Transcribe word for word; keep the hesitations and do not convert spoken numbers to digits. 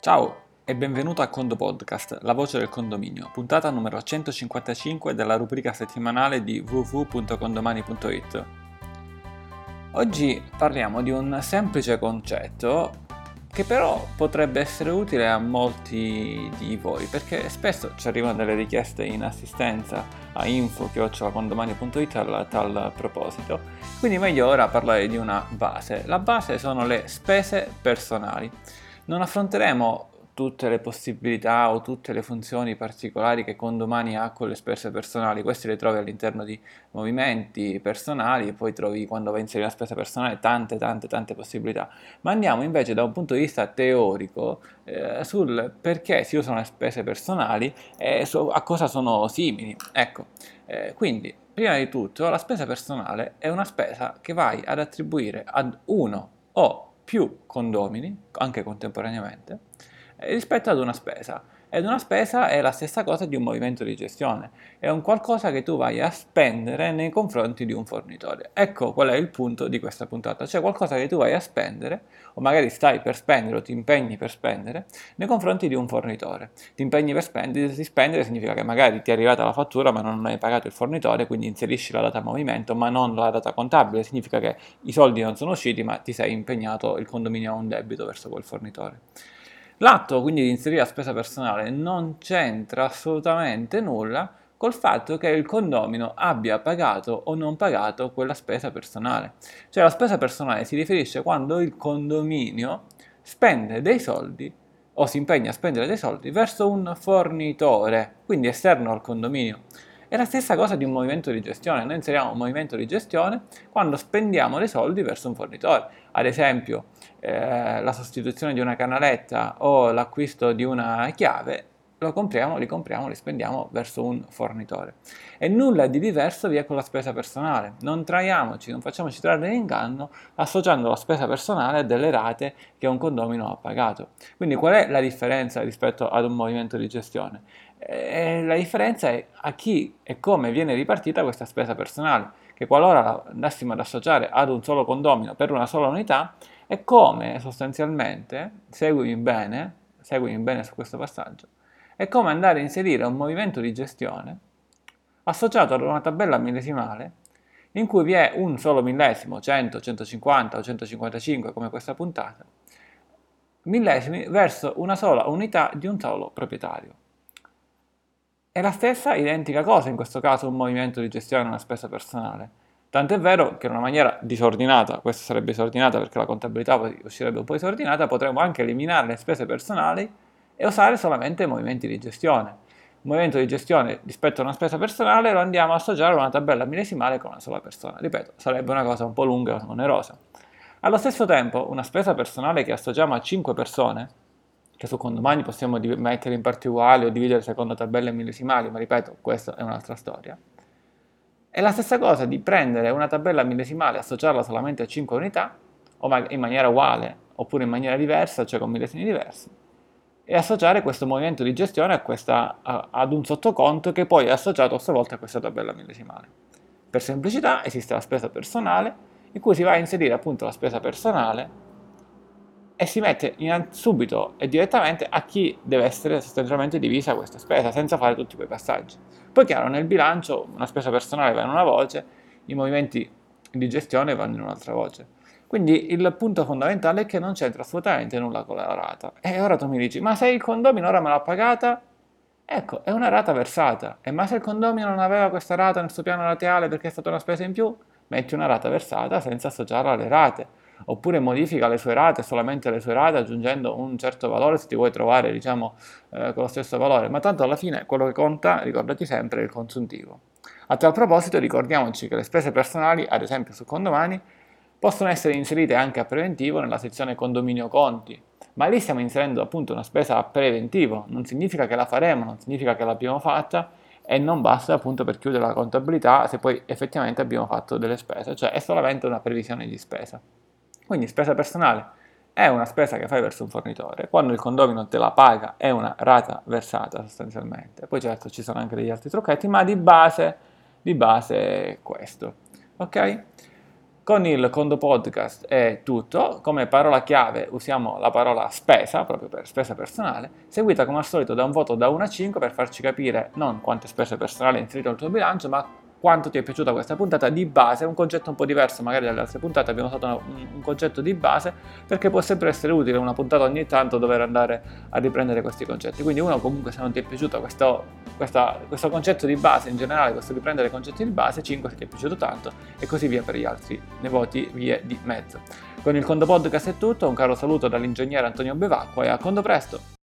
Ciao e benvenuto a Condo Podcast, la voce del condominio, puntata numero centocinquantacinque della rubrica settimanale di w w w punto condomani punto i t. Oggi parliamo di un semplice concetto che però potrebbe essere utile a molti di voi, perché spesso ci arrivano delle richieste in assistenza a info chiocciola condomani punto i t a tal proposito, quindi meglio ora parlare di una base. La base sono le spese personali. Non affronteremo tutte le possibilità o tutte le funzioni particolari che Condomani ha con le spese personali, queste le trovi all'interno di movimenti personali e poi trovi, quando vai a inserire la spesa personale, tante tante tante possibilità, ma andiamo invece da un punto di vista teorico eh, sul perché si usano le spese personali e so, a cosa sono simili. Ecco, eh, quindi prima di tutto la spesa personale è una spesa che vai ad attribuire ad uno o più condomini, anche contemporaneamente, rispetto ad una spesa. Ed una spesa è la stessa cosa di un movimento di gestione, è un qualcosa che tu vai a spendere nei confronti di un fornitore. Ecco qual è il punto di questa puntata, cioè qualcosa che tu vai a spendere, o magari stai per spendere o ti impegni per spendere, nei confronti di un fornitore. Ti impegni per spendere, di spendere significa che magari ti è arrivata la fattura ma non hai pagato il fornitore, quindi inserisci la data movimento ma non la data contabile, significa che i soldi non sono usciti ma ti sei impegnato, il condominio ha un debito verso quel fornitore. L'atto quindi di inserire la spesa personale non c'entra assolutamente nulla col fatto che il condomino abbia pagato o non pagato quella spesa personale. Cioè la spesa personale si riferisce quando il condominio spende dei soldi o si impegna a spendere dei soldi verso un fornitore, quindi esterno al condominio. È la stessa cosa di un movimento di gestione. Noi inseriamo un movimento di gestione quando spendiamo dei soldi verso un fornitore. Ad esempio, eh, la sostituzione di una canaletta o l'acquisto di una chiave, lo compriamo, li compriamo, li spendiamo verso un fornitore. E nulla di diverso vi è con la spesa personale. Non traiamoci, non facciamoci trarre in inganno associando la spesa personale a delle rate che un condomino ha pagato. Quindi qual è la differenza rispetto ad un movimento di gestione? Eh, la differenza è a chi e come viene ripartita questa spesa personale, che qualora la andassimo ad associare ad un solo condomino per una sola unità, è come sostanzialmente, seguimi bene, seguimi bene su questo passaggio, è come andare a inserire un movimento di gestione associato ad una tabella millesimale in cui vi è un solo millesimo, cento, centocinquanta o centocinquantacinque come questa puntata, millesimi verso una sola unità di un solo proprietario. È la stessa identica cosa in questo caso un movimento di gestione e una spesa personale. Tant'è vero che in una maniera disordinata, questa sarebbe disordinata perché la contabilità poi uscirebbe un po' disordinata, potremmo anche eliminare le spese personali e usare solamente i movimenti di gestione. Un movimento di gestione rispetto a una spesa personale lo andiamo a associare a una tabella millesimale con una sola persona. Ripeto, sarebbe una cosa un po' lunga e onerosa. Allo stesso tempo, una spesa personale che associamo a cinque persone, che su condomani possiamo mettere in parti uguali o dividere secondo tabelle millesimali, ma ripeto, questa è un'altra storia. È la stessa cosa di prendere una tabella millesimale e associarla solamente a cinque unità, o in maniera uguale, oppure in maniera diversa, cioè con millesimi diversi, e associare questo movimento di gestione a questa, a, ad un sottoconto che poi è associato a sua volta a questa tabella millesimale. Per semplicità esiste la spesa personale, in cui si va a inserire appunto la spesa personale e si mette in, subito e direttamente a chi deve essere sostanzialmente divisa questa spesa, senza fare tutti quei passaggi. Poi chiaro, nel bilancio una spesa personale va in una voce, i movimenti di gestione vanno in un'altra voce. Quindi il punto fondamentale è che non c'entra assolutamente nulla con la rata. E ora tu mi dici, ma se il condomino ora me l'ha pagata? Ecco, è una rata versata. E ma se il condomino non aveva questa rata nel suo piano rateale perché è stata una spesa in più? Metti una rata versata senza associarla alle rate. Oppure modifica le sue rate, solamente le sue rate, aggiungendo un certo valore se ti vuoi trovare, diciamo, eh, con lo stesso valore. Ma tanto alla fine quello che conta, ricordati sempre, è il consuntivo. A tal proposito ricordiamoci che le spese personali, ad esempio su condomani, possono essere inserite anche a preventivo nella sezione condominio conti, ma lì stiamo inserendo appunto una spesa a preventivo, non significa che la faremo, non significa che l'abbiamo fatta e non basta appunto per chiudere la contabilità se poi effettivamente abbiamo fatto delle spese, cioè è solamente una previsione di spesa. Quindi spesa personale è una spesa che fai verso un fornitore, quando il condomino te la paga è una rata versata sostanzialmente, poi certo ci sono anche degli altri trucchetti, ma di base, di base è questo, ok? Con il Condo Podcast è tutto, come parola chiave usiamo la parola spesa, proprio per spesa personale, seguita come al solito da un voto da uno a cinque per farci capire non quante spese personali hai inserito nel tuo bilancio, ma quanto ti è piaciuta questa puntata di base. È un concetto un po' diverso magari dalle altre puntate, abbiamo usato un, un concetto di base perché può sempre essere utile una puntata ogni tanto dover andare a riprendere questi concetti. Quindi uno, comunque, se non ti è piaciuto questo, questa, questo concetto di base in generale, questo riprendere concetti di base, cinque se ti è piaciuto tanto, e così via per gli altri nei voti vie di mezzo. Con il Condo Podcast è tutto, un caro saluto dall'ingegnere Antonio Bevacqua e a Condo presto!